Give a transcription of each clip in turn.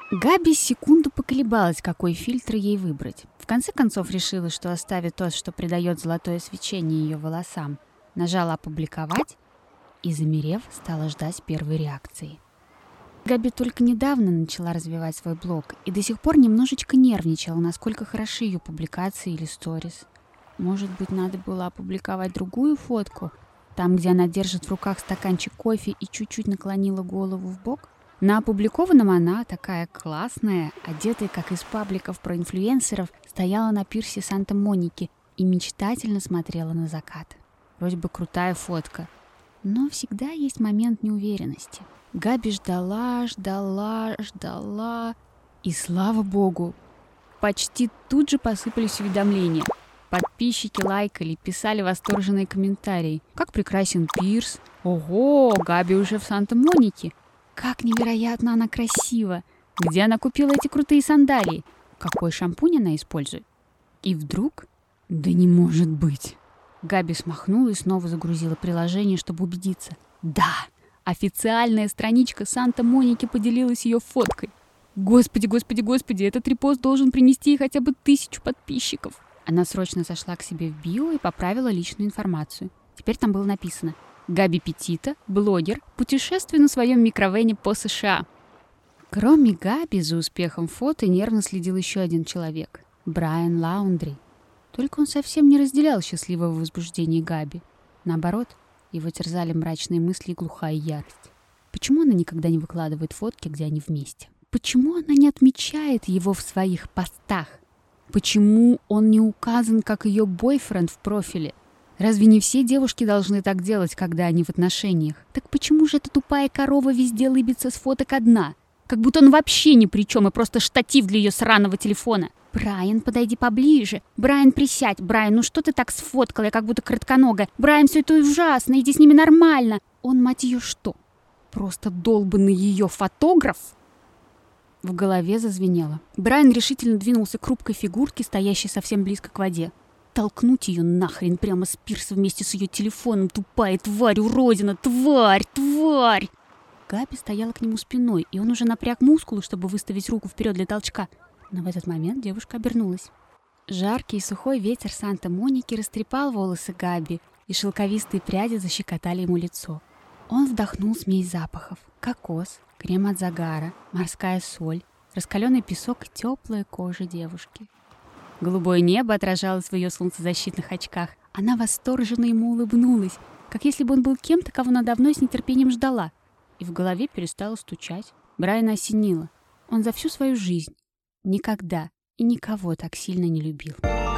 Габи секунду поколебалась, какой фильтр ей выбрать. В конце концов решила, что оставит тот, что придает золотое свечение ее волосам. Нажала «Опубликовать» и, замерев, стала ждать первой реакции. Габи только недавно начала развивать свой блог и до сих пор немножечко нервничала, насколько хороши ее публикации или сторис. Может быть, надо было опубликовать другую фотку, там, где она держит в руках стаканчик кофе и чуть-чуть наклонила голову в бок? На опубликованном она, такая классная, одетая, как из пабликов про инфлюенсеров, стояла на пирсе Санта-Моники и мечтательно смотрела на закат. Вроде бы крутая фотка, но всегда есть момент неуверенности. Габи ждала, и, слава богу, почти тут же посыпались уведомления. Подписчики лайкали, писали восторженные комментарии. Как прекрасен пирс! Ого, Габи уже в Санта-Монике! Как невероятно она красива! Где она купила эти крутые сандалии? Какой шампунь она использует? И вдруг... Да не может быть! Габи смахнула и снова загрузила приложение, чтобы убедиться. Да! Официальная страничка Санта-Моники поделилась ее фоткой. Господи, этот репост должен принести ей хотя бы 1000 подписчиков. Она срочно зашла к себе в био и поправила личную информацию. Теперь там было написано: Габи Петита, блогер, путешествует на своем микровэне по США. Кроме Габи, за успехом фото нервно следил еще один человек – Брайан Лаундри. Только он совсем не разделял счастливого возбуждения Габи. Наоборот, его терзали мрачные мысли и глухая ярость. Почему она никогда не выкладывает фотки, где они вместе? Почему она не отмечает его в своих постах? Почему он не указан как ее бойфренд в профиле? Разве не все девушки должны так делать, когда они в отношениях? Так почему же эта тупая корова везде лыбится с фоток одна? Как будто он вообще ни при чем и просто штатив для ее сраного телефона. Брайан, подойди поближе. Брайан, присядь. Брайан, ну что ты так сфоткал? Я как будто коротконогая. Брайан, все это ужасно. Иди с ними нормально. Он, мать ее, что? Просто долбанный ее фотограф? В голове зазвенело. Брайан решительно двинулся к хрупкой фигурке, стоящей совсем близко к воде. Толкнуть ее нахрен прямо с пирса вместе с ее телефоном. Тупая тварь, уродина, тварь! Габи стояла к нему спиной, и он уже напряг мускулы, чтобы выставить руку вперед для толчка. Но в этот момент девушка обернулась. Жаркий и сухой ветер Санта-Моники растрепал волосы Габи, и шелковистые пряди защекотали ему лицо. Он вдохнул смесь запахов. Кокос, крем от загара, морская соль, раскаленный песок и теплая кожа девушки. Голубое небо отражалось в ее солнцезащитных очках. Она восторженно ему улыбнулась, как если бы он был кем-то, кого она давно с нетерпением ждала. И в голове перестало стучать. Брайана осенило. Он за всю свою жизнь никогда и никого так сильно не любил.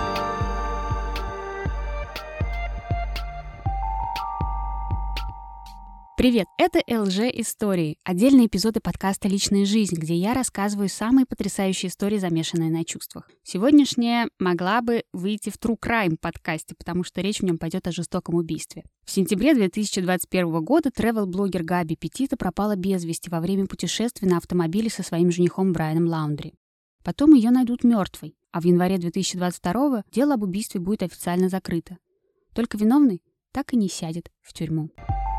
Привет, это ЛЖ-истории, отдельные эпизоды подкаста «Личная жизнь», где я рассказываю самые потрясающие истории, замешанные на чувствах. Сегодняшняя могла бы выйти в True Crime подкасте, потому что речь в нем пойдет о жестоком убийстве. В сентябре 2021 года тревел-блогер Габи Петита пропала без вести во время путешествия на автомобиле со своим женихом Брайаном Лаундри. Потом ее найдут мертвой, а в январе 2022 дело об убийстве будет официально закрыто. Только виновный так и не сядет в тюрьму.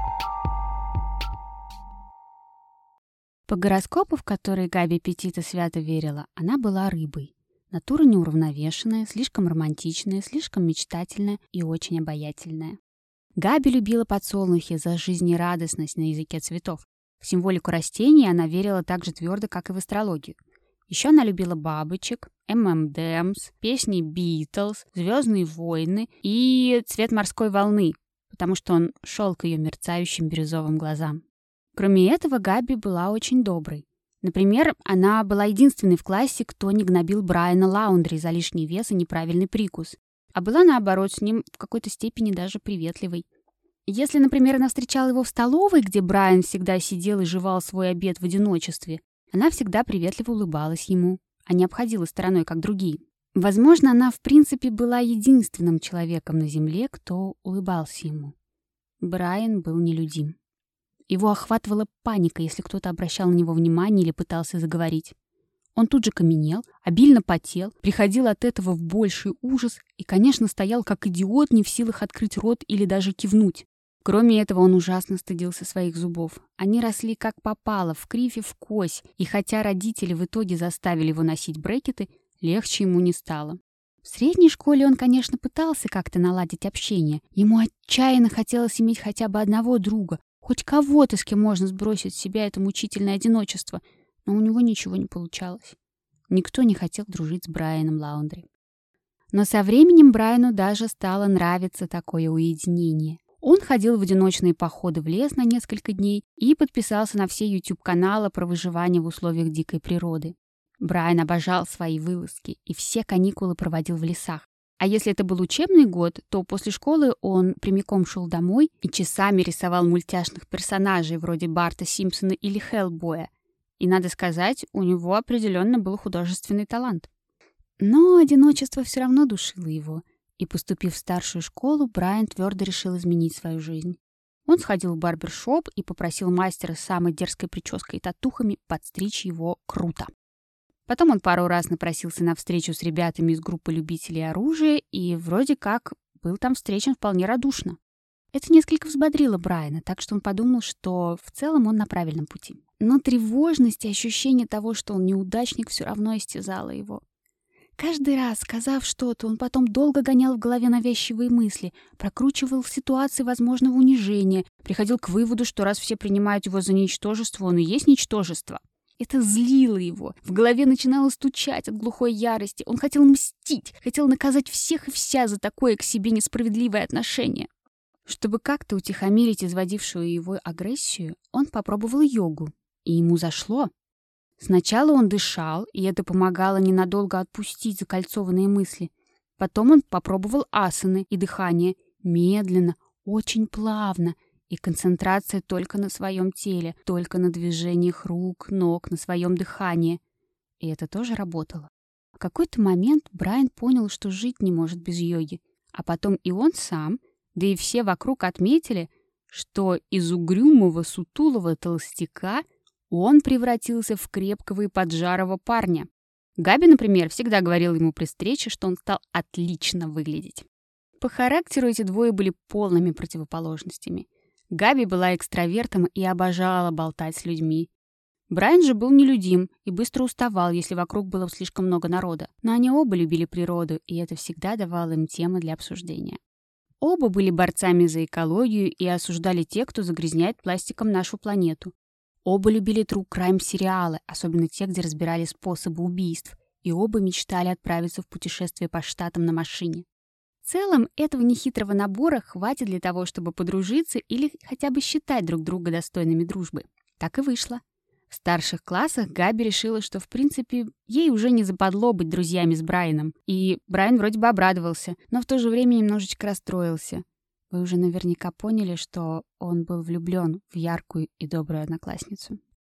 По гороскопу, в который Габи Петита свято верила, она была рыбой. Натура неуравновешенная, слишком романтичная, слишком мечтательная и очень обаятельная. Габи любила подсолнухи за жизнерадостность на языке цветов. В символику растений она верила так же твердо, как и в астрологию. Еще она любила бабочек, M&M's, песни Beatles, «Звездные войны» и цвет морской волны, потому что он шел к ее мерцающим бирюзовым глазам. Кроме этого, Габи была очень доброй. Например, она была единственной в классе, кто не гнобил Брайана Лаундри за лишний вес и неправильный прикус, а была, наоборот, с ним в какой-то степени даже приветливой. Если, например, она встречала его в столовой, где Брайан всегда сидел и жевал свой обед в одиночестве, она всегда приветливо улыбалась ему, а не обходила стороной, как другие. Возможно, она, в принципе, была единственным человеком на Земле, кто улыбался ему. Брайан был нелюдим. Его охватывала паника, если кто-то обращал на него внимание или пытался заговорить. Он тут же каменел, обильно потел, приходил от этого в больший ужас и, конечно, стоял как идиот, не в силах открыть рот или даже кивнуть. Кроме этого, он ужасно стыдился своих зубов. Они росли как попало, в кривь и в кось, и хотя родители в итоге заставили его носить брекеты, легче ему не стало. В средней школе он, конечно, пытался как-то наладить общение. Ему отчаянно хотелось иметь хотя бы одного друга, хоть кого-то, с кем можно сбросить с себя это мучительное одиночество, но у него ничего не получалось. Никто не хотел дружить с Брайаном Лаундри. Но со временем Брайану даже стало нравиться такое уединение. Он ходил в одиночные походы в лес на несколько дней и подписался на все YouTube-каналы про выживание в условиях дикой природы. Брайан обожал свои вылазки и все каникулы проводил в лесах. А если это был учебный год, то после школы он прямиком шел домой и часами рисовал мультяшных персонажей вроде Барта Симпсона или Хеллбоя. И, надо сказать, у него определенно был художественный талант. Но одиночество все равно душило его. И, поступив в старшую школу, Брайан твердо решил изменить свою жизнь. Он сходил в барбершоп и попросил мастера с самой дерзкой прической и татухами подстричь его круто. Потом он пару раз напросился на встречу с ребятами из группы любителей оружия и вроде как был там встречен вполне радушно. Это несколько взбодрило Брайана, так что он подумал, что в целом он на правильном пути. Но тревожность и ощущение того, что он неудачник, все равно истязало его. Каждый раз, сказав что-то, он потом долго гонял в голове навязчивые мысли, прокручивал ситуации возможного унижения, приходил к выводу, что раз все принимают его за ничтожество, он и есть ничтожество. Это злило его. В голове начинало стучать от глухой ярости. Он хотел мстить, хотел наказать всех и вся за такое к себе несправедливое отношение. Чтобы как-то утихомирить изводившую его агрессию, он попробовал йогу. И ему зашло. Сначала он дышал, и это помогало ненадолго отпустить закольцованные мысли. Потом он попробовал асаны и дыхание. Медленно, очень плавно. И концентрация только на своем теле, только на движениях рук, ног, на своем дыхании. И это тоже работало. В какой-то момент Брайан понял, что жить не может без йоги. А потом и он сам, да и все вокруг отметили, что из угрюмого, сутулого толстяка он превратился в крепкого и поджарого парня. Габи, например, всегда говорил ему при встрече, что он стал отлично выглядеть. По характеру эти двое были полными противоположностями. Габи была экстравертом и обожала болтать с людьми. Брайан же был нелюдим и быстро уставал, если вокруг было слишком много народа. Но они оба любили природу, и это всегда давало им темы для обсуждения. Оба были борцами за экологию и осуждали тех, кто загрязняет пластиком нашу планету. Оба любили true crime сериалы, особенно те, где разбирали способы убийств, и оба мечтали отправиться в путешествие по штатам на машине. В целом, этого нехитрого набора хватит для того, чтобы подружиться или хотя бы считать друг друга достойными дружбы. Так и вышло. В старших классах Габи решила, что, в принципе, ей уже не западло быть друзьями с Брайаном. И Брайан вроде бы обрадовался, но в то же время немножечко расстроился. Вы уже наверняка поняли, что он был влюблен в яркую и добрую одноклассницу.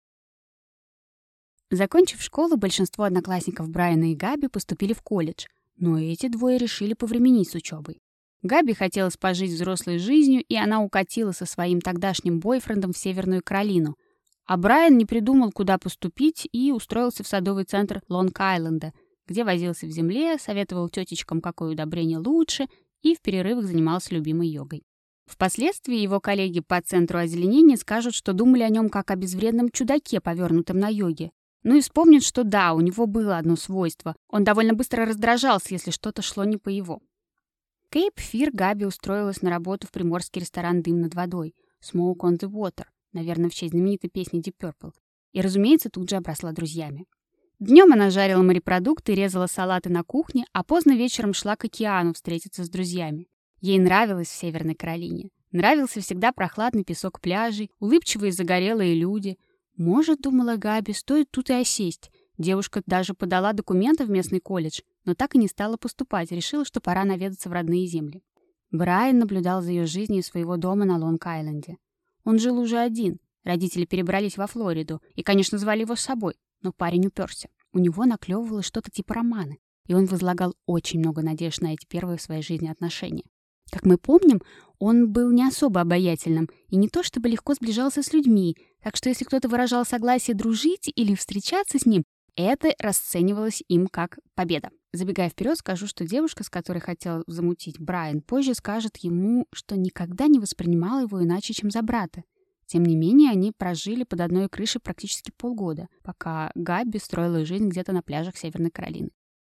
Закончив школу, большинство одноклассников Брайана и Габи поступили в колледж, но эти двое решили повременить с учебой. Габи хотелось пожить взрослой жизнью, и она укатила со своим тогдашним бойфрендом в Северную Каролину. А Брайан не придумал, куда поступить, и устроился в садовый центр Лонг-Айленда, где возился в земле, советовал тетечкам, какое удобрение лучше, и в перерывах занимался любимой йогой. Впоследствии его коллеги по центру озеленения скажут, что думали о нем как о безвредном чудаке, повернутом на йоге. Ну и вспомнят, что да, у него было одно свойство. Он довольно быстро раздражался, если что-то шло не по его. Кейп Фир Габи устроилась на работу в приморский ресторан «Дым над водой» «Smoke on the Water», наверное, в честь знаменитой песни Deep Purple. И, разумеется, тут же обросла друзьями. Днем она жарила морепродукты, резала салаты на кухне, а поздно вечером шла к океану встретиться с друзьями. Ей нравилось в Северной Каролине. Нравился всегда прохладный песок пляжей, улыбчивые загорелые люди. Может, думала Габи, стоит тут и осесть. Девушка даже подала документы в местный колледж, но так и не стала поступать, решила, что пора наведаться в родные земли. Брайан наблюдал за ее жизнью из своего дома на Лонг-Айленде. Он жил уже один. Родители перебрались во Флориду и, конечно, звали его с собой. Но парень уперся. У него наклевывалось что-то типа романа, и он возлагал очень много надежд на эти первые в своей жизни отношения. Как мы помним, он был не особо обаятельным и не то чтобы легко сближался с людьми, так что если кто-то выражал согласие дружить или встречаться с ним, Это расценивалось им как победа. Забегая вперед, скажу, что девушка, с которой хотел замутить Брайан, позже скажет ему, что никогда не воспринимала его иначе, чем за брата. Тем не менее, они прожили под одной крышей практически полгода, пока Габи строила жизнь где-то на пляжах Северной Каролины.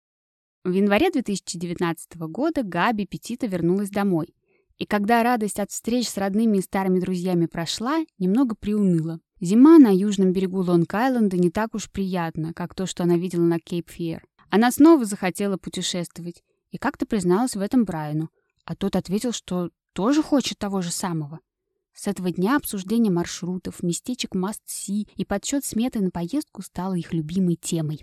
В январе 2019 года Габи Петита вернулась домой. И когда радость от встреч с родными и старыми друзьями прошла, немного приуныла. Зима на южном берегу Лонг-Айленда не так уж приятна, как то, что она видела на Кейп-Фьер. Она снова захотела путешествовать и как-то призналась в этом Брайану, а тот ответил, что тоже хочет того же самого. С этого дня обсуждение маршрутов, местечек must-see и подсчет сметы на поездку стало их любимой темой.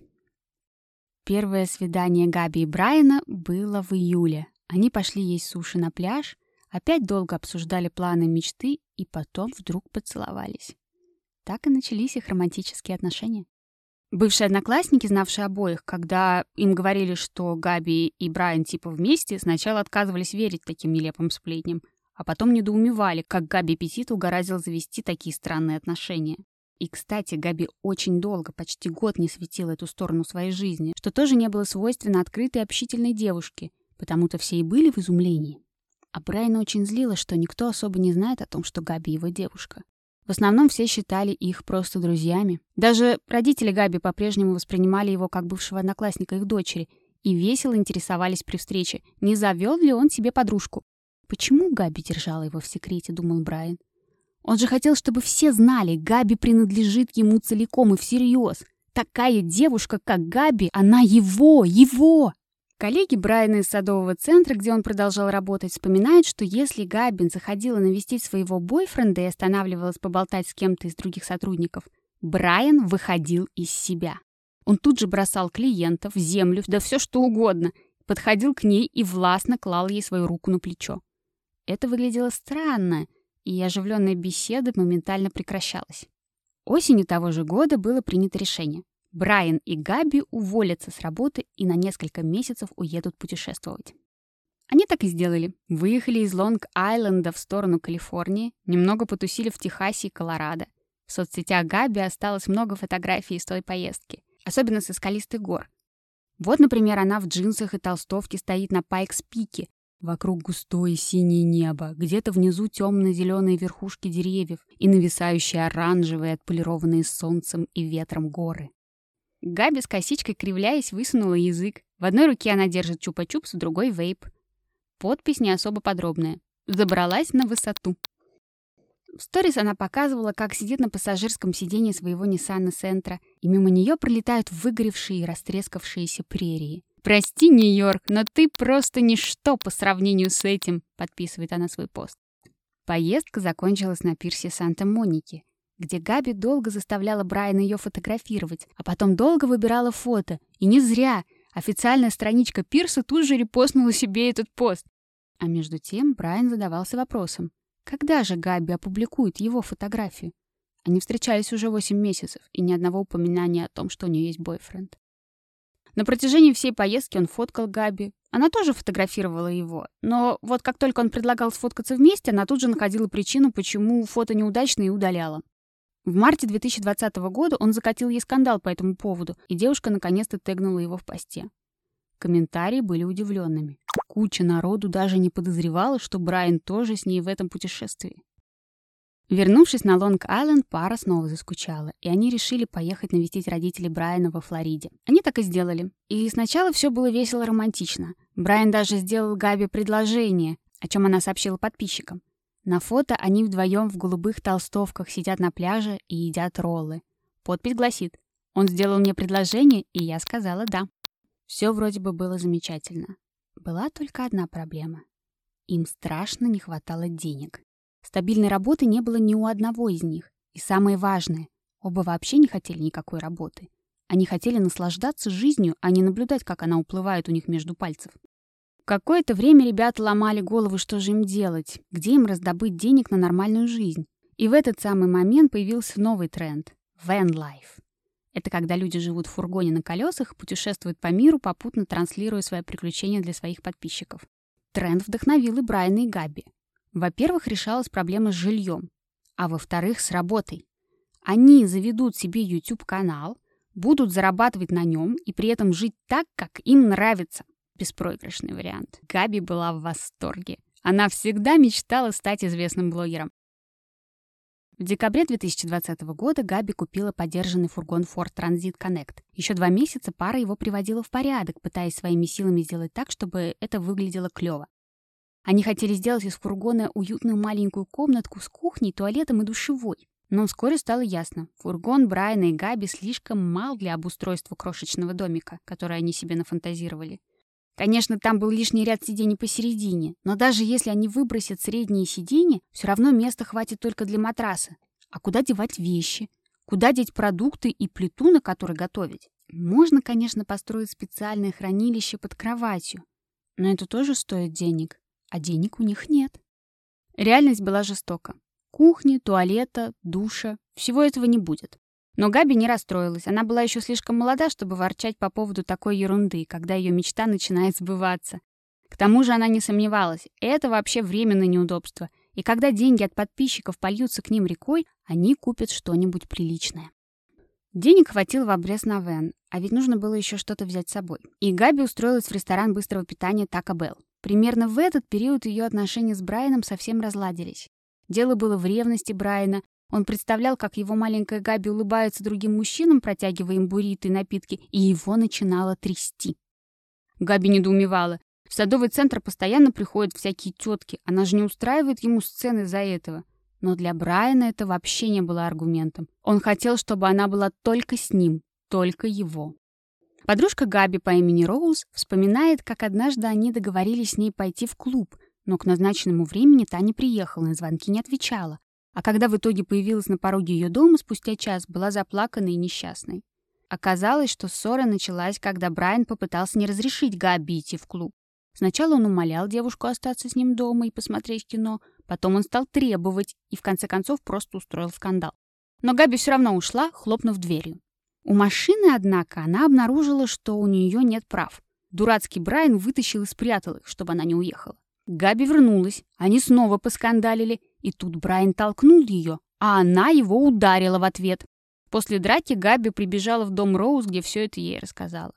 Первое свидание Габи и Брайана было в июле. Они пошли есть суши на пляж, опять долго обсуждали планы и мечты и потом вдруг поцеловались. Так и начались их романтические отношения. Бывшие одноклассники, знавшие обоих, когда им говорили, что Габи и Брайан типа вместе, сначала отказывались верить таким нелепым сплетням, а потом недоумевали, как Габи Петита угораздило завести такие странные отношения. И, кстати, Габи очень долго, почти год не светила эту сторону своей жизни, что тоже не было свойственно открытой и общительной девушке, потому-то все и были в изумлении. А Брайана очень злило, что никто особо не знает о том, что Габи его девушка. В основном все считали их просто друзьями. Даже родители Габи по-прежнему воспринимали его как бывшего одноклассника их дочери и весело интересовались при встрече, не завел ли он себе подружку. Почему Габи держала его в секрете, думал Брайан. Он же хотел, чтобы все знали, Габи принадлежит ему целиком и всерьез. Такая девушка, как Габи, она его! Коллеги Брайана из садового центра, где он продолжал работать, вспоминают, что если Габи заходила навестить своего бойфренда и останавливалась поболтать с кем-то из других сотрудников, Брайан выходил из себя. Он тут же бросал клиентов, землю, да все что угодно, подходил к ней и властно клал ей свою руку на плечо. Это выглядело странно, и оживленная беседа моментально прекращалась. Осенью того же года было принято решение. Брайан и Габи уволятся с работы и на несколько месяцев уедут путешествовать. Они так и сделали. Выехали из Лонг-Айленда в сторону Калифорнии, немного потусили в Техасе и Колорадо. В соцсетях Габи осталось много фотографий из той поездки, особенно со скалистых гор. Вот, например, она в джинсах и толстовке стоит на Пайкс-Пике. Вокруг густое синее небо, где-то внизу темно-зеленые верхушки деревьев и нависающие оранжевые, отполированные солнцем и ветром горы. Габи с косичкой, кривляясь, высунула язык. В одной руке она держит чупа-чупс, в другой — вейп. Подпись не особо подробная. Забралась на высоту. В сторис она показывала, как сидит на пассажирском сиденье своего Ниссана Сентра, и мимо нее пролетают выгоревшие и растрескавшиеся прерии. «Прости, Нью-Йорк, но ты просто ничто по сравнению с этим», — подписывает она свой пост. Поездка закончилась на пирсе Санта-Моники, где Габи долго заставляла Брайана ее фотографировать, а потом долго выбирала фото. И не зря. Официальная страничка пирса тут же репостнула себе этот пост. А между тем Брайан задавался вопросом, когда же Габи опубликует его фотографию? Они встречались уже 8 месяцев, и ни одного упоминания о том, что у нее есть бойфренд. На протяжении всей поездки он фоткал Габи. Она тоже фотографировала его. Но вот как только он предлагал сфоткаться вместе, она тут же находила причину, почему фото неудачное, и удаляла. В марте 2020 года он закатил ей скандал по этому поводу, и девушка наконец-то тегнула его в посте. Комментарии были удивленными. Куча народу даже не подозревала, что Брайан тоже с ней в этом путешествии. Вернувшись на Лонг-Айленд, пара снова заскучала, и они решили поехать навестить родителей Брайана во Флориде. Они так и сделали. И сначала все было весело романтично. Брайан даже сделал Габи предложение, о чем она сообщила подписчикам. На фото они вдвоем в голубых толстовках сидят на пляже и едят роллы. Подпись гласит: «Он сделал мне предложение, и я сказала «да». Все вроде бы было замечательно. Была только одна проблема. Им страшно не хватало денег. Стабильной работы не было ни у одного из них. И самое важное, оба вообще не хотели никакой работы. Они хотели наслаждаться жизнью, а не наблюдать, как она уплывает у них между пальцев. Какое-то время ребята ломали голову, что же им делать, где им раздобыть денег на нормальную жизнь. И в этот самый момент появился новый тренд — van life. Это когда люди живут в фургоне на колесах и путешествуют по миру, попутно транслируя свои приключения для своих подписчиков. Тренд вдохновил и Брайана, и Габи. Во-первых, решалась проблема с жильем, а во-вторых, с работой. Они заведут себе YouTube-канал, будут зарабатывать на нем и при этом жить так, как им нравится. Беспроигрышный вариант. Габи была в восторге. Она всегда мечтала стать известным блогером. В декабре 2020 года Габи купила подержанный фургон Ford Transit Connect. Еще 2 месяца пара его приводила в порядок, пытаясь своими силами сделать так, чтобы это выглядело клево. Они хотели сделать из фургона уютную маленькую комнатку с кухней, туалетом и душевой. Но вскоре стало ясно, фургон Брайана и Габи слишком мал для обустройства крошечного домика, который они себе нафантазировали. Конечно, там был лишний ряд сидений посередине, но даже если они выбросят средние сиденья, все равно места хватит только для матраса. А куда девать вещи? Куда деть продукты и плиту, на которой готовить? Можно, конечно, построить специальное хранилище под кроватью, но это тоже стоит денег, а денег у них нет. Реальность была жестока. Кухни, туалета, душа — всего этого не будет. Но Габи не расстроилась. Она была еще слишком молода, чтобы ворчать по поводу такой ерунды, когда ее мечта начинает сбываться. К тому же она не сомневалась, это вообще временное неудобство. И когда деньги от подписчиков польются к ним рекой, они купят что-нибудь приличное. Денег хватило в обрез на вэн, а ведь нужно было еще что-то взять с собой. И Габи устроилась в ресторан быстрого питания Taco Bell. Примерно в этот период ее отношения с Брайаном совсем разладились. Дело было в ревности Брайана. Он представлял, как его маленькая Габи улыбается другим мужчинам, протягивая им буррито и напитки, и его начинало трясти. Габи недоумевала. В садовый центр постоянно приходят всякие тетки. Она же не устраивает ему сцены из-за этого. Но для Брайана это вообще не было аргументом. Он хотел, чтобы она была только с ним, только его. Подружка Габи по имени Роуз вспоминает, как однажды они договорились с ней пойти в клуб, но к назначенному времени та не приехала, на звонки не отвечала. А когда в итоге появилась на пороге ее дома, спустя час была заплаканной и несчастной. Оказалось, что ссора началась, когда Брайан попытался не разрешить Габи идти в клуб. Сначала он умолял девушку остаться с ним дома и посмотреть кино, потом он стал требовать и в конце концов просто устроил скандал. Но Габи все равно ушла, хлопнув дверью. У машины, однако, она обнаружила, что у нее нет прав. Дурацкий Брайан вытащил и спрятал их, чтобы она не уехала. Габи вернулась, они снова поскандалили, и тут Брайан толкнул ее, а она его ударила в ответ. После драки Габи прибежала в дом Роуз, где все это ей рассказала.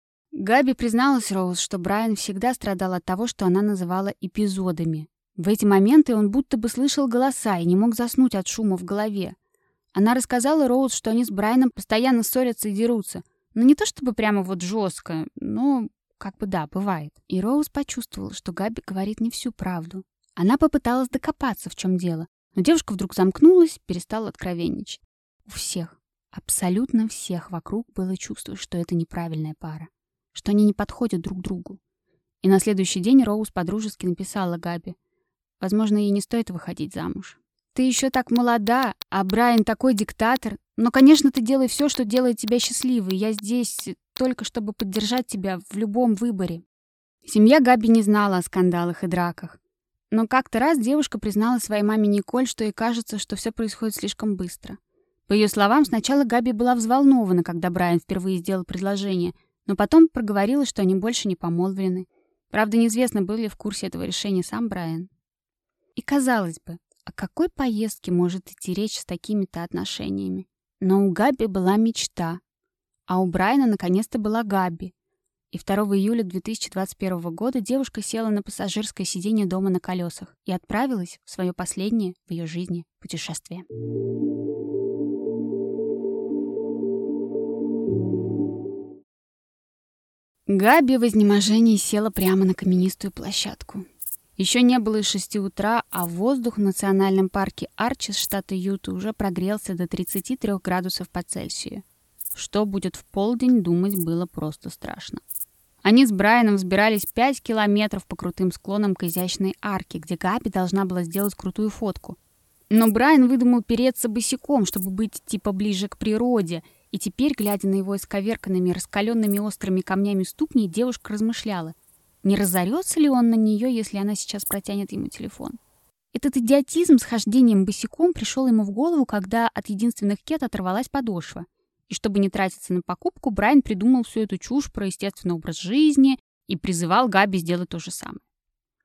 Габи призналась Роуз, что Брайан всегда страдал от того, что она называла эпизодами. В эти моменты он будто бы слышал голоса и не мог заснуть от шума в голове. Она рассказала Роуз, что они с Брайаном постоянно ссорятся и дерутся. Но не то чтобы прямо вот жестко, но как бы да, бывает. И Роуз почувствовала, что Габи говорит не всю правду. Она попыталась докопаться, в чем дело. Но девушка вдруг замкнулась, перестала откровенничать. У всех, абсолютно всех вокруг было чувство, что это неправильная пара. Что они не подходят друг другу. И на следующий день Роуз подружески написала Габи: «Возможно, ей не стоит выходить замуж. Ты еще так молода, а Брайан такой диктатор. Но, конечно, ты делай все, что делает тебя счастливой. Я здесь только чтобы поддержать тебя в любом выборе». Семья Габи не знала о скандалах и драках. Но как-то раз девушка призналась своей маме Николь, что ей кажется, что все происходит слишком быстро. По ее словам, сначала Габи была взволнована, когда Брайан впервые сделал предложение, но потом проговорила, что они больше не помолвлены. Правда, неизвестно, был ли в курсе этого решения сам Брайан. И казалось бы, о какой поездке может идти речь с такими-то отношениями? Но у Габи была мечта, а у Брайана наконец-то была Габи. И 2 июля 2021 года девушка села на пассажирское сиденье дома на колесах и отправилась в свое последнее в ее жизни путешествие. Габи в изнеможении села прямо на каменистую площадку. Еще не было и 6 утра, а воздух в национальном парке Арчес, штата Юта, уже прогрелся до 33 градусов по Цельсию. Что будет в полдень, думать было просто страшно. Они с Брайаном взбирались 5 километров по крутым склонам к изящной арке, где Габи должна была сделать крутую фотку. Но Брайан выдумал переться босиком, чтобы быть типа ближе к природе, и теперь, глядя на его исковерканными, раскаленными острыми камнями ступни, девушка размышляла, не разорется ли он на нее, если она сейчас протянет ему телефон. Этот идиотизм с хождением босиком пришел ему в голову, когда от единственных кед оторвалась подошва. И чтобы не тратиться на покупку, Брайан придумал всю эту чушь про естественный образ жизни и призывал Габи сделать то же самое.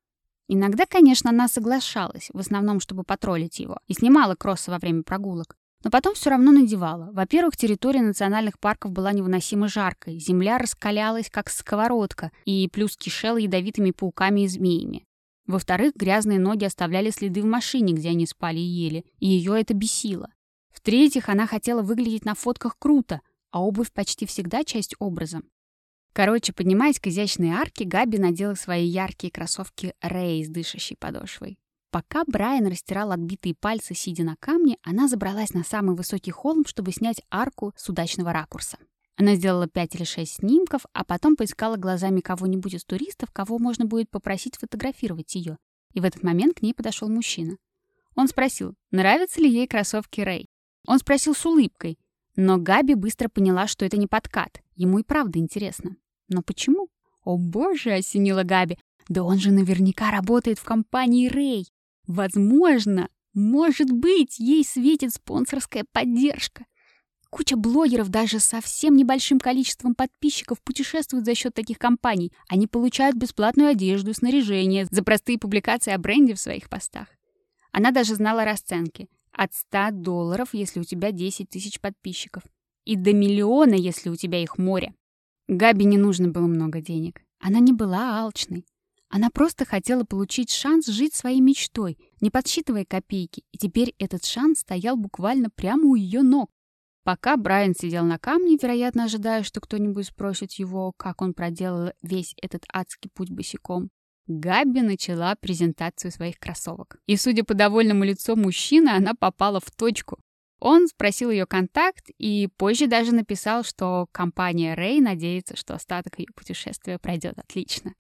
Иногда, конечно, она соглашалась, в основном, чтобы потроллить его, и снимала кроссы во время прогулок. Но потом все равно надевала. Во-первых, территория национальных парков была невыносимо жаркой. Земля раскалялась, как сковородка, и плюс кишела ядовитыми пауками и змеями. Во-вторых, грязные ноги оставляли следы в машине, где они спали и ели, и ее это бесило. В-третьих, она хотела выглядеть на фотках круто, а обувь почти всегда часть образа. Короче, поднимаясь к изящной арке, Габи надела свои яркие кроссовки Рэй с дышащей подошвой. Пока Брайан растирал отбитые пальцы, сидя на камне, она забралась на самый высокий холм, чтобы снять арку с удачного ракурса. Она сделала 5 или 6 снимков, а потом поискала глазами кого-нибудь из туристов, кого можно будет попросить фотографировать ее. И в этот момент к ней подошел мужчина. Он спросил, нравятся ли ей кроссовки Рэй. Он спросил с улыбкой, но Габи быстро поняла, что это не подкат. Ему и правда интересно. Но почему? О боже, осенила Габи. Да он же наверняка работает в компании Рэй. Возможно, может быть, ей светит спонсорская поддержка. Куча блогеров даже с совсем небольшим количеством подписчиков путешествуют за счет таких компаний. Они получают бесплатную одежду, снаряжение за простые публикации о бренде в своих постах. Она даже знала расценки. От $100, если у тебя 10 тысяч подписчиков. И до миллиона, если у тебя их море. Габи не нужно было много денег. Она не была алчной. Она просто хотела получить шанс жить своей мечтой, не подсчитывая копейки, и теперь этот шанс стоял буквально прямо у ее ног. Пока Брайан сидел на камне, вероятно, ожидая, что кто-нибудь спросит его, как он проделал весь этот адский путь босиком, Габи начала презентацию своих кроссовок. И, судя по довольному лицу мужчины, она попала в точку. Он спросил ее контакт и позже даже написал, что компания Рэй надеется, что остаток ее путешествия пройдет отлично.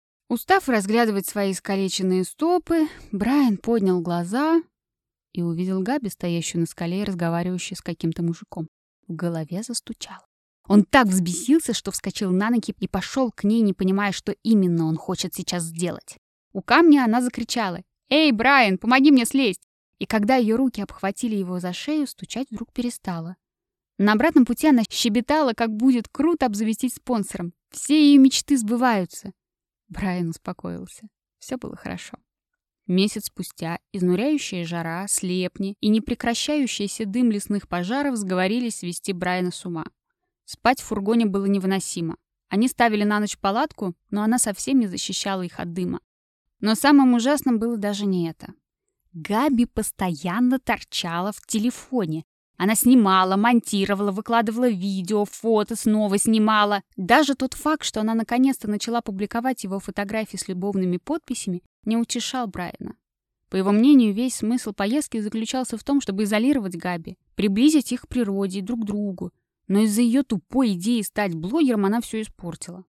Устав разглядывать свои искалеченные стопы, Брайан поднял глаза и увидел Габи, стоящую на скале и разговаривающую с каким-то мужиком. В голове застучало. Он так взбесился, что вскочил на ноги и пошел к ней, не понимая, что именно он хочет сейчас сделать. У камня она закричала: «Эй, Брайан, помоги мне слезть!» И когда ее руки обхватили его за шею, стучать вдруг перестала. На обратном пути она щебетала, как будет круто обзавестись спонсором. Все ее мечты сбываются. Брайан успокоился. Все было хорошо. Месяц спустя изнуряющая жара, слепни и непрекращающийся дым лесных пожаров сговорились свести Брайана с ума. Спать в фургоне было невыносимо. Они ставили на ночь палатку, но она совсем не защищала их от дыма. Но самым ужасным было даже не это. Габи постоянно торчала в телефоне. Она снимала, монтировала, выкладывала видео, фото, снова снимала. Даже тот факт, что она наконец-то начала публиковать его фотографии с любовными подписями, не утешал Брайана. По его мнению, весь смысл поездки заключался в том, чтобы изолировать Габи, приблизить их к природе и друг к другу. Но из-за ее тупой идеи стать блогером она все испортила.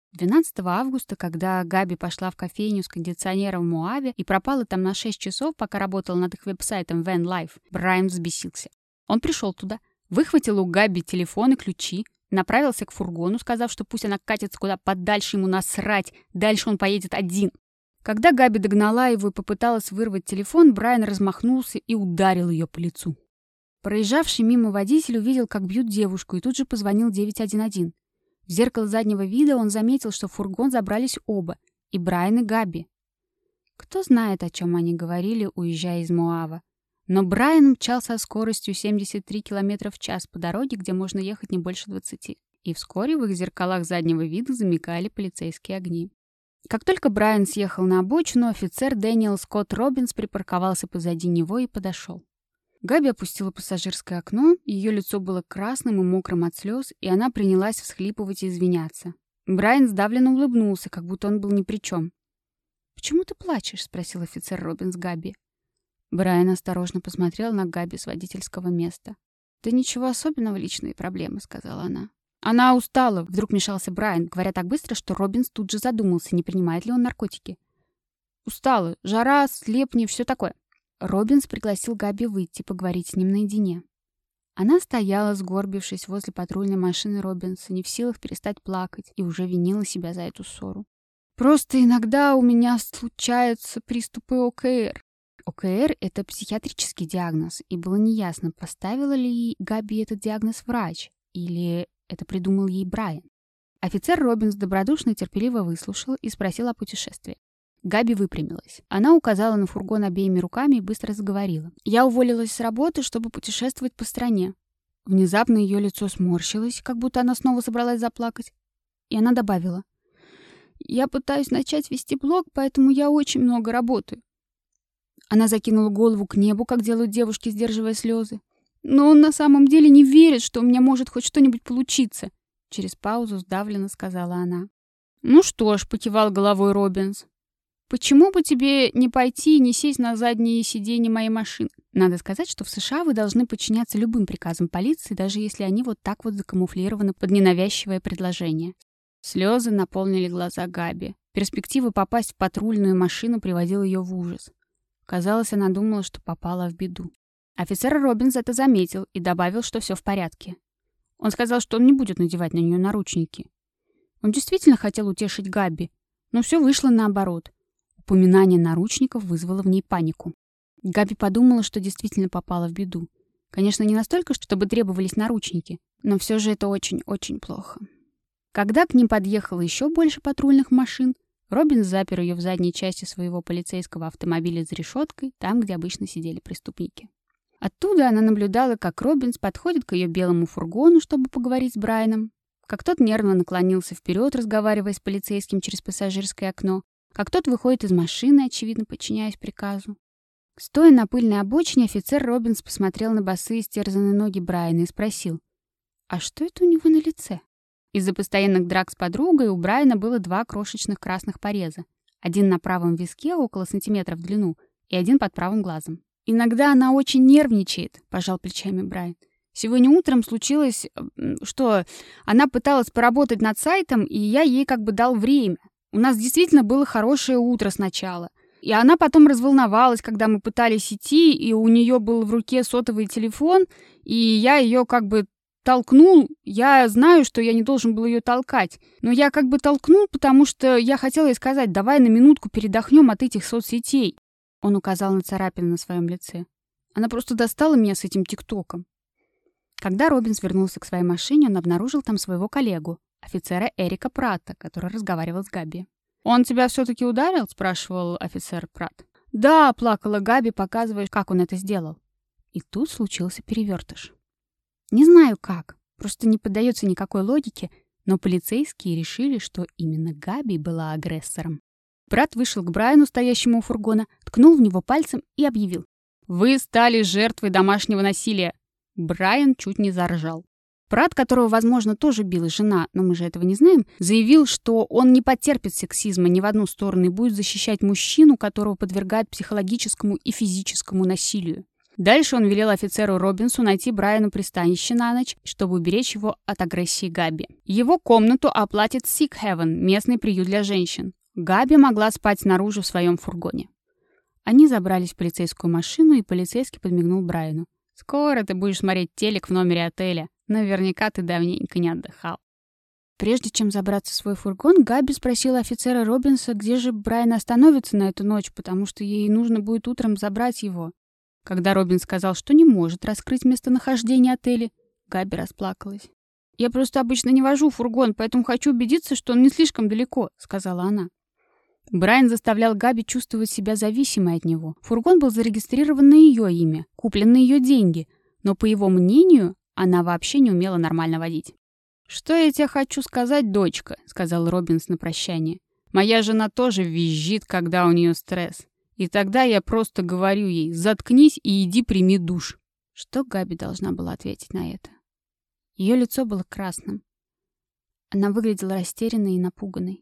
12 августа, когда Габи пошла в кофейню с кондиционером в Моаве и пропала там на 6 часов, пока работала над их веб-сайтом Van Life, Брайан взбесился. Он пришел туда, выхватил у Габи телефон и ключи, направился к фургону, сказав, что пусть она катится куда подальше, ему насрать, дальше он поедет один. Когда Габи догнала его и попыталась вырвать телефон, Брайан размахнулся и ударил ее по лицу. Проезжавший мимо водитель увидел, как бьют девушку, и тут же позвонил 911. В зеркало заднего вида он заметил, что в фургон забрались оба, и Брайан, и Габи. Кто знает, о чем они говорили, уезжая из Моава. Но Брайан мчал со скоростью 73 км в час по дороге, где можно ехать не больше 20. И вскоре в их зеркалах заднего вида замигали полицейские огни. Как только Брайан съехал на обочину, офицер Дэниел Скотт Робинс припарковался позади него и подошел. Габи опустила пассажирское окно, ее лицо было красным и мокрым от слез, и она принялась всхлипывать и извиняться. Брайан сдавленно улыбнулся, как будто он был ни при чем. «Почему ты плачешь?» — спросил офицер Робинс Габи. Брайан осторожно посмотрел на Габи с водительского места. «Да ничего особенного, личные проблемы», — сказала она. «Она устала», — вдруг вмешался Брайан, говоря так быстро, что Робинс тут же задумался, не принимает ли он наркотики. «Устала. Жара, слепни, все такое». Робинс пригласил Габи выйти, поговорить с ним наедине. Она стояла, сгорбившись возле патрульной машины Робинса, не в силах перестать плакать, и уже винила себя за эту ссору. «Просто иногда у меня случаются приступы ОКР». ОКР — это психиатрический диагноз, и было неясно, поставила ли Габи этот диагноз врач, или это придумал ей Брайан. Офицер Робинс добродушно и терпеливо выслушал и спросил о путешествии. Габи выпрямилась. Она указала на фургон обеими руками и быстро заговорила. «Я уволилась с работы, чтобы путешествовать по стране». Внезапно ее лицо сморщилось, как будто она снова собралась заплакать. И она добавила: «Я пытаюсь начать вести блог, поэтому я очень много работаю». Она закинула голову к небу, как делают девушки, сдерживая слезы. «Но он на самом деле не верит, что у меня может хоть что-нибудь получиться», — через паузу сдавленно сказала она. «Ну что ж», — покивал головой Робинс. «Почему бы тебе не пойти и не сесть на заднее сиденье моей машины?» Надо сказать, что в США вы должны подчиняться любым приказам полиции, даже если они вот так вот закамуфлированы под ненавязчивое предложение. Слезы наполнили глаза Габи. Перспектива попасть в патрульную машину приводила ее в ужас. Казалось, она думала, что попала в беду. Офицер Робинс это заметил и добавил, что все в порядке. Он сказал, что он не будет надевать на нее наручники. Он действительно хотел утешить Габи, но все вышло наоборот. Упоминание наручников вызвало в ней панику. Габи подумала, что действительно попала в беду. Конечно, не настолько, чтобы требовались наручники, но все же это очень-очень плохо. Когда к ним подъехало еще больше патрульных машин, Робинс запер ее в задней части своего полицейского автомобиля за решеткой, там, где обычно сидели преступники. Оттуда она наблюдала, как Робинс подходит к ее белому фургону, чтобы поговорить с Брайаном, как тот нервно наклонился вперед, разговаривая с полицейским через пассажирское окно, как тот выходит из машины, очевидно, подчиняясь приказу. Стоя на пыльной обочине, офицер Робинс посмотрел на босые стерзанные ноги Брайана и спросил: «А что это у него на лице?» Из-за постоянных драк с подругой у Брайана было 2 крошечных красных пореза. Один на правом виске, около сантиметра в длину, и один под правым глазом. «Иногда она очень нервничает», — пожал плечами Брайан. «Сегодня утром случилось, что она пыталась поработать над сайтом, и я ей как бы дал время. У нас действительно было хорошее утро сначала. И она потом разволновалась, когда мы пытались идти, и у нее был в руке сотовый телефон, и я ее как бы толкнул. Я знаю, что я не должен был ее толкать, но я как бы толкнул, потому что я хотела ей сказать: давай на минутку передохнем от этих соцсетей». Он указал на царапину на своем лице. «Она просто достала меня с этим ТикТоком». Когда Робинс вернулся к своей машине, он обнаружил там своего коллегу, офицера Эрика Пратта, который разговаривал с Габи. «Он тебя все-таки ударил?» — спрашивал офицер Пратт. «Да», — плакала Габи, показывая, как он это сделал. И тут случился перевертыш. Не знаю как, просто не поддается никакой логике, но полицейские решили, что именно Габи была агрессором. Пратт вышел к Брайану, стоящему у фургона, ткнул в него пальцем и объявил: «Вы стали жертвой домашнего насилия». Брайан чуть не заржал. Пратт, которого, возможно, тоже била жена, но мы же этого не знаем, заявил, что он не потерпит сексизма ни в одну сторону и будет защищать мужчину, которого подвергают психологическому и физическому насилию. Дальше он велел офицеру Робинсу найти Брайану пристанище на ночь, чтобы уберечь его от агрессии Габи. Его комнату оплатит Sick Heaven, местный приют для женщин. Габи могла спать снаружи в своем фургоне. Они забрались в полицейскую машину, и полицейский подмигнул Брайану. «Скоро ты будешь смотреть телек в номере отеля. Наверняка ты давненько не отдыхал». Прежде чем забраться в свой фургон, Габи спросила офицера Робинса, где же Брайан остановится на эту ночь, потому что ей нужно будет утром забрать его. Когда Робин сказал, что не может раскрыть местонахождение отеля, Габи расплакалась. «Я просто обычно не вожу фургон, поэтому хочу убедиться, что он не слишком далеко», — сказала она. Брайан заставлял Габи чувствовать себя зависимой от него. Фургон был зарегистрирован на ее имя, куплен на ее деньги, но, по его мнению, она вообще не умела нормально водить. «Что я тебе хочу сказать, дочка?» — сказал Робинс на прощание. «Моя жена тоже визжит, когда у нее стресс. И тогда я просто говорю ей: заткнись и иди прими душ». Что Габи должна была ответить на это? Ее лицо было красным. Она выглядела растерянной и напуганной.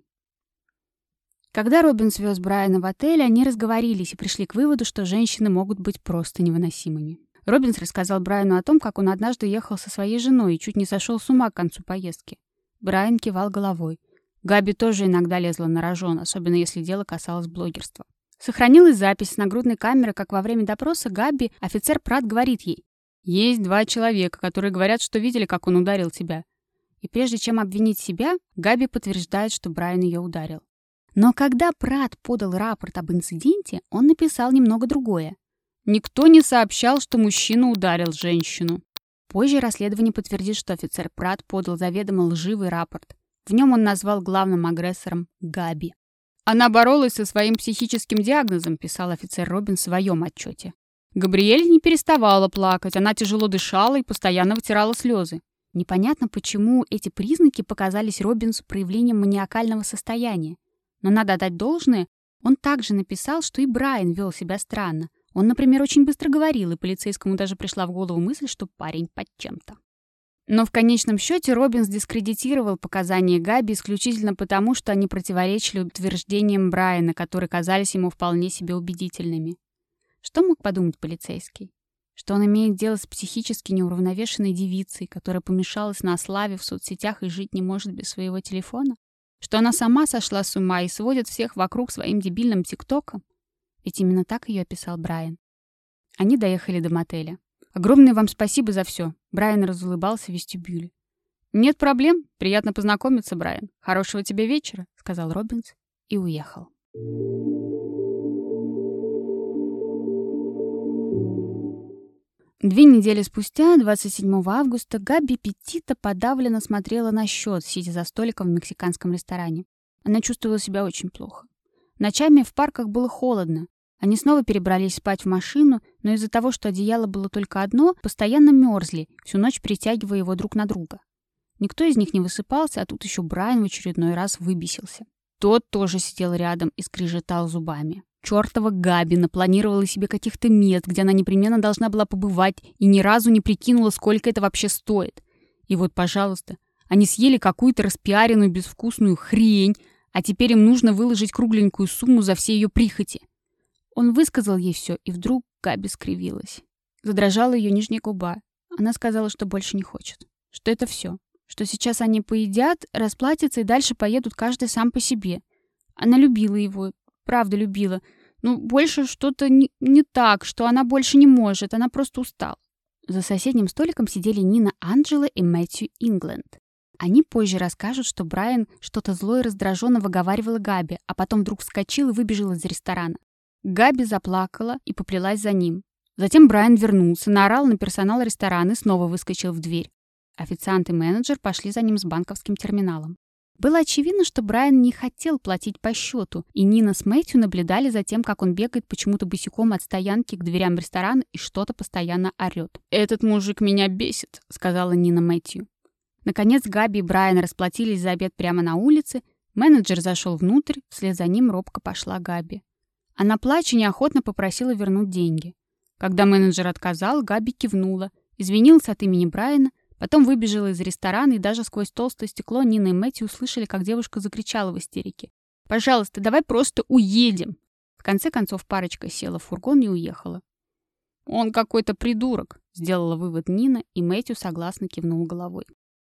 Когда Робинс вез Брайана в отель, они разговорились и пришли к выводу, что женщины могут быть просто невыносимыми. Робинс рассказал Брайану о том, как он однажды ехал со своей женой и чуть не сошел с ума к концу поездки. Брайан кивал головой. Габи тоже иногда лезла на рожон, особенно если дело касалось блогерства. Сохранилась запись с нагрудной камеры, как во время допроса Габи офицер Пратт говорит ей: «Есть 2 человека, которые говорят, что видели, как он ударил тебя». И прежде чем обвинить себя, Габи подтверждает, что Брайан ее ударил. Но когда Пратт подал рапорт об инциденте, он написал немного другое. Никто не сообщал, что мужчина ударил женщину. Позже расследование подтвердит, что офицер Пратт подал заведомо лживый рапорт. В нем он назвал главным агрессором Габи. Она боролась со своим психическим диагнозом, писал офицер Робин в своем отчете. Габриэль не переставала плакать, она тяжело дышала и постоянно вытирала слезы. Непонятно, почему эти признаки показались Робинсу проявлением маниакального состояния. Но надо отдать должное, он также написал, что и Брайан вел себя странно. Он, например, очень быстро говорил, и полицейскому даже пришла в голову мысль, что парень под чем-то. Но в конечном счете Робинс дискредитировал показания Габи исключительно потому, что они противоречили утверждениям Брайана, которые казались ему вполне себе убедительными. Что мог подумать полицейский? Что он имеет дело с психически неуравновешенной девицей, которая помешалась на славе в соцсетях и жить не может без своего телефона? Что она сама сошла с ума и сводит всех вокруг своим дебильным тиктоком? Ведь именно так ее описал Брайан. Они доехали до мотеля. «Огромное вам спасибо за все», — Брайан разулыбался в вестибюле. «Нет проблем. Приятно познакомиться, Брайан. Хорошего тебе вечера», — сказал Робинс и уехал. Две недели спустя, 27 августа, Габи Петтита подавленно смотрела на счет, сидя за столиком в мексиканском ресторане. Она чувствовала себя очень плохо. Ночами в парках было холодно. Они снова перебрались спать в машину, но из-за того, что одеяло было только одно, постоянно мерзли, всю ночь притягивая его друг на друга. Никто из них не высыпался, а тут еще Брайан в очередной раз выбесился. Тот тоже сидел рядом и скрежетал зубами. Чёртова Габи напланировала себе каких-то мест, где она непременно должна была побывать, и ни разу не прикинула, сколько это вообще стоит. И вот, пожалуйста, они съели какую-то распиаренную безвкусную хрень, а теперь им нужно выложить кругленькую сумму за все ее прихоти. Он высказал ей все, и вдруг Габи скривилась. Задрожала ее нижняя губа. Она сказала, что больше не хочет. Что это все. Что сейчас они поедят, расплатятся и дальше поедут каждый сам по себе. Она любила его, правда любила. Но больше что-то не так, что она больше не может. Она просто устала. За соседним столиком сидели Нина Анджела и Мэтью Ингленд. Они позже расскажут, что Брайан что-то злое и раздраженно выговаривал Габи, а потом вдруг вскочил и выбежал из ресторана. Габи заплакала и поплелась за ним. Затем Брайан вернулся, наорал на персонал ресторана и снова выскочил в дверь. Официант и менеджер пошли за ним с банковским терминалом. Было очевидно, что Брайан не хотел платить по счету, и Нина с Мэтью наблюдали за тем, как он бегает почему-то босиком от стоянки к дверям ресторана и что-то постоянно орет. «Этот мужик меня бесит», — сказала Нина Мэтью. Наконец Габи и Брайан расплатились за обед прямо на улице. Менеджер зашел внутрь, вслед за ним робко пошла Габи. Она, плача, неохотно попросила вернуть деньги. Когда менеджер отказал, Габи кивнула, извинилась от имени Брайана, потом выбежала из ресторана, и даже сквозь толстое стекло Нина и Мэтью услышали, как девушка закричала в истерике. «Пожалуйста, давай просто уедем!» В конце концов парочка села в фургон и уехала. «Он какой-то придурок», — сделала вывод Нина, и Мэтью согласно кивнул головой.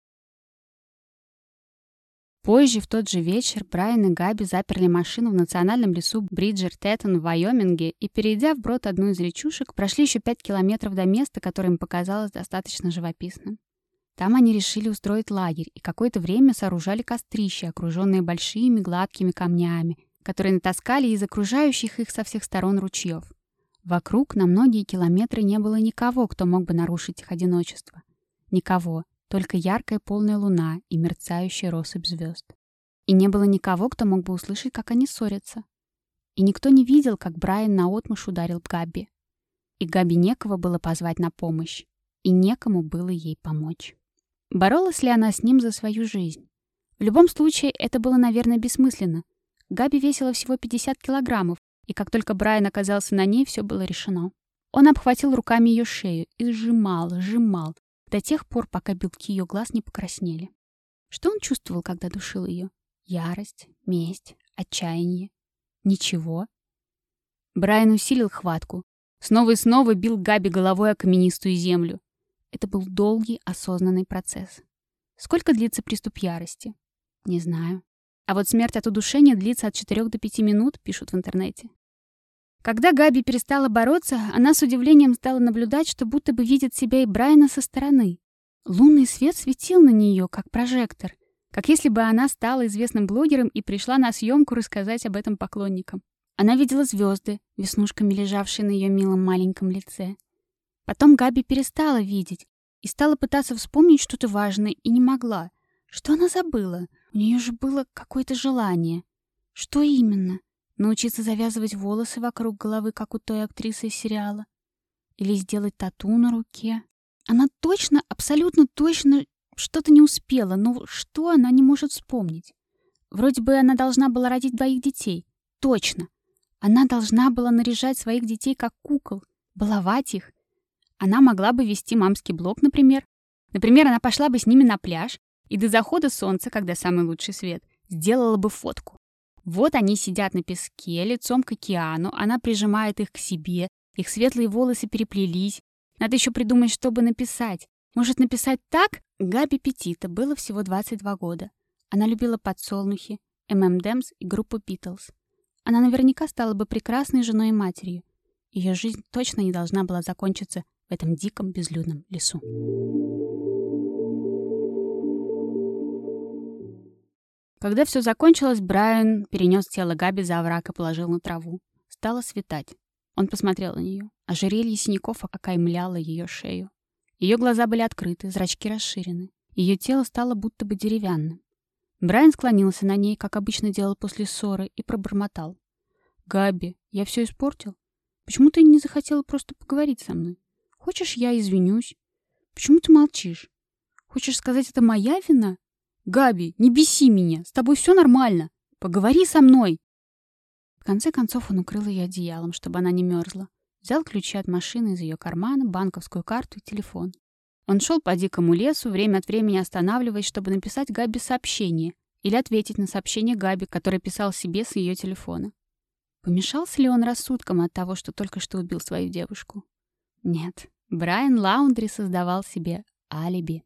Позже, в тот же вечер, Брайан и Габи заперли машину в национальном лесу Бриджер-Теттон в Вайоминге и, перейдя вброд одну из речушек, прошли еще 5 километров до места, которое им показалось достаточно живописным. Там они решили устроить лагерь и какое-то время сооружали кострище, окруженные большими гладкими камнями, которые натаскали из окружающих их со всех сторон ручьев. Вокруг на многие километры не было никого, кто мог бы нарушить их одиночество. Никого. Только яркая полная луна и мерцающая россыпь звезд. И не было никого, кто мог бы услышать, как они ссорятся. И никто не видел, как Брайан наотмашь ударил Габи. И Габи некого было позвать на помощь. И некому было ей помочь. Боролась ли она с ним за свою жизнь? В любом случае, это было, наверное, бессмысленно. Габи весила всего 50 килограммов, и как только Брайан оказался на ней, все было решено. Он обхватил руками ее шею и сжимал до тех пор, пока белки ее глаз не покраснели. Что он чувствовал, когда душил ее? Ярость, месть, отчаяние? Ничего. Брайан усилил хватку. Снова и снова бил Габи головой о каменистую землю. Это был долгий, осознанный процесс. Сколько длится приступ ярости? Не знаю. А вот смерть от удушения длится от 4 до 5 минут, пишут в интернете. Когда Габи перестала бороться, она с удивлением стала наблюдать, что будто бы видит себя и Брайана со стороны. Лунный свет светил на нее, как прожектор, как если бы она стала известным блогером и пришла на съемку рассказать об этом поклонникам. Она видела звезды, веснушками лежавшие на ее милом маленьком лице. Потом Габи перестала видеть и стала пытаться вспомнить что-то важное и не могла. Что она забыла? У нее же было какое-то желание. Что именно? Научиться завязывать волосы вокруг головы, как у той актрисы из сериала? Или сделать тату на руке? Она точно, абсолютно точно что-то не успела, но что она не может вспомнить? Вроде бы она должна была родить 2 детей. Точно. Она должна была наряжать своих детей как кукол, баловать их. Она могла бы вести мамский блог, например. Например, она пошла бы с ними на пляж и до захода солнца, когда самый лучший свет, сделала бы фотку. Вот они сидят на песке, лицом к океану, она прижимает их к себе, их светлые волосы переплелись. Надо еще придумать, чтобы написать. Может, написать так? Габи Петита было всего 22 года. Она любила подсолнухи, M&M's и группу Beatles. Она наверняка стала бы прекрасной женой и матерью. Ее жизнь точно не должна была закончиться в этом диком безлюдном лесу. Когда все закончилось, Брайан перенес тело Габи за овраг и положил на траву. Стало светать. Он посмотрел на нее. Ожерелье синяков окаймляло ее шею. Ее глаза были открыты, зрачки расширены. Ее тело стало будто бы деревянным. Брайан склонился на ней, как обычно делал после ссоры, и пробормотал. «Габи, я все испортил? Почему ты не захотела просто поговорить со мной? Хочешь, я извинюсь? Почему ты молчишь? Хочешь сказать, это моя вина? Габи, не беси меня, с тобой все нормально. Поговори со мной!» В конце концов он укрыл ее одеялом, чтобы она не мерзла. Взял ключи от машины из ее кармана, банковскую карту и телефон. Он шел по дикому лесу, время от времени останавливаясь, чтобы написать Габи сообщение или ответить на сообщение Габи, которое писал себе с ее телефона. Помешался ли он рассудком от того, что только что убил свою девушку? Нет, Брайан Лаундри создавал себе алиби.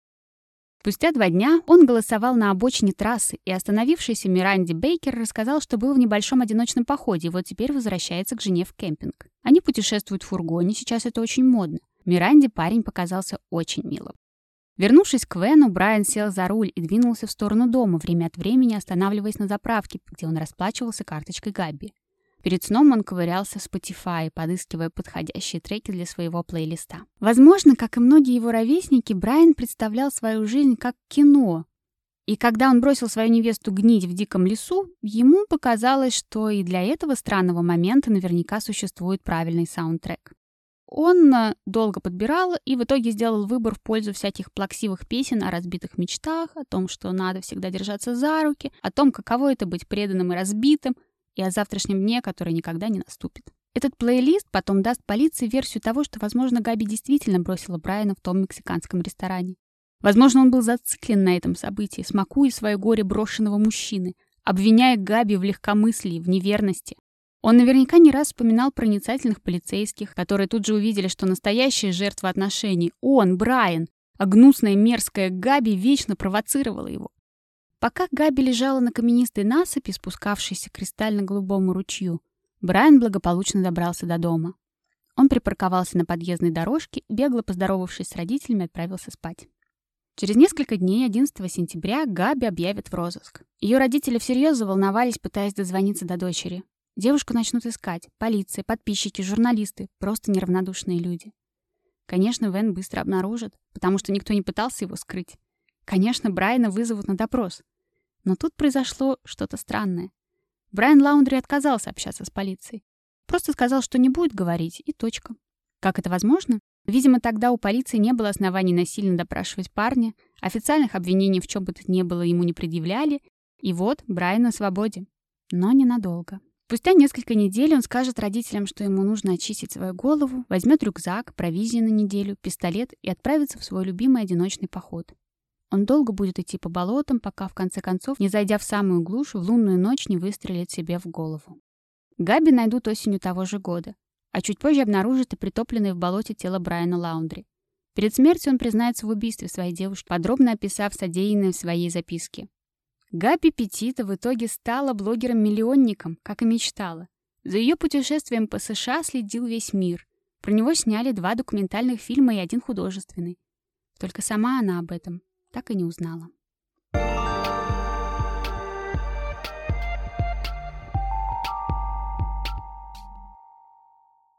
Спустя 2 дня он голосовал на обочине трассы, и остановившийся Миранде Бейкер рассказал, что был в небольшом одиночном походе и вот теперь возвращается к жене в кемпинг. Они путешествуют в фургоне, сейчас это очень модно. Миранде парень показался очень милым. Вернувшись к вэну, Брайан сел за руль и двинулся в сторону дома, время от времени останавливаясь на заправке, где он расплачивался карточкой Габи. Перед сном он ковырялся в Spotify, подыскивая подходящие треки для своего плейлиста. Возможно, как и многие его ровесники, Брайан представлял свою жизнь как кино. И когда он бросил свою невесту гнить в диком лесу, ему показалось, что и для этого странного момента наверняка существует правильный саундтрек. Он долго подбирал и в итоге сделал выбор в пользу всяких плаксивых песен о разбитых мечтах, о том, что надо всегда держаться за руки, о том, каково это быть преданным и разбитым, и о завтрашнем дне, который никогда не наступит. Этот плейлист потом даст полиции версию того, что, возможно, Габи действительно бросила Брайана в том мексиканском ресторане. Возможно, он был зациклен на этом событии, смакуя свое горе брошенного мужчины, обвиняя Габи в легкомыслии, в неверности. Он наверняка не раз вспоминал проницательных полицейских, которые тут же увидели, что настоящая жертва отношений, он, Брайан, а гнусная мерзкая Габи вечно провоцировала его. Пока Габи лежала на каменистой насыпи, спускавшейся к кристально-голубому ручью, Брайан благополучно добрался до дома. Он припарковался на подъездной дорожке и, бегло поздоровавшись с родителями, отправился спать. Через несколько дней, 11 сентября, Габи объявят в розыск. Ее родители всерьез заволновались, пытаясь дозвониться до дочери. Девушку начнут искать. Полиция, подписчики, журналисты, просто неравнодушные люди. Конечно, Вэн быстро обнаружат, потому что никто не пытался его скрыть. Конечно, Брайана вызовут на допрос. Но тут произошло что-то странное. Брайан Лаундри отказался общаться с полицией. Просто сказал, что не будет говорить, и точка. Как это возможно? Видимо, тогда у полиции не было оснований насильно допрашивать парня, официальных обвинений в чем бы то ни было ему не предъявляли, и вот Брайан на свободе. Но ненадолго. Спустя несколько недель он скажет родителям, что ему нужно очистить свою голову, возьмет рюкзак, провизию на неделю, пистолет и отправится в свой любимый одиночный поход. Он долго будет идти по болотам, пока в конце концов, не зайдя в самую глушь, в лунную ночь не выстрелит себе в голову. Габи найдут осенью того же года, а чуть позже обнаружат и притопленное в болоте тело Брайана Лаундри. Перед смертью он признается в убийстве своей девушки, подробно описав содеянное в своей записке. Габи Петита в итоге стала блогером-миллионником, как и мечтала. За ее путешествием по США следил весь мир. Про него сняли 2 документальных фильма и 1 художественный. Только сама она об этом так и не узнала.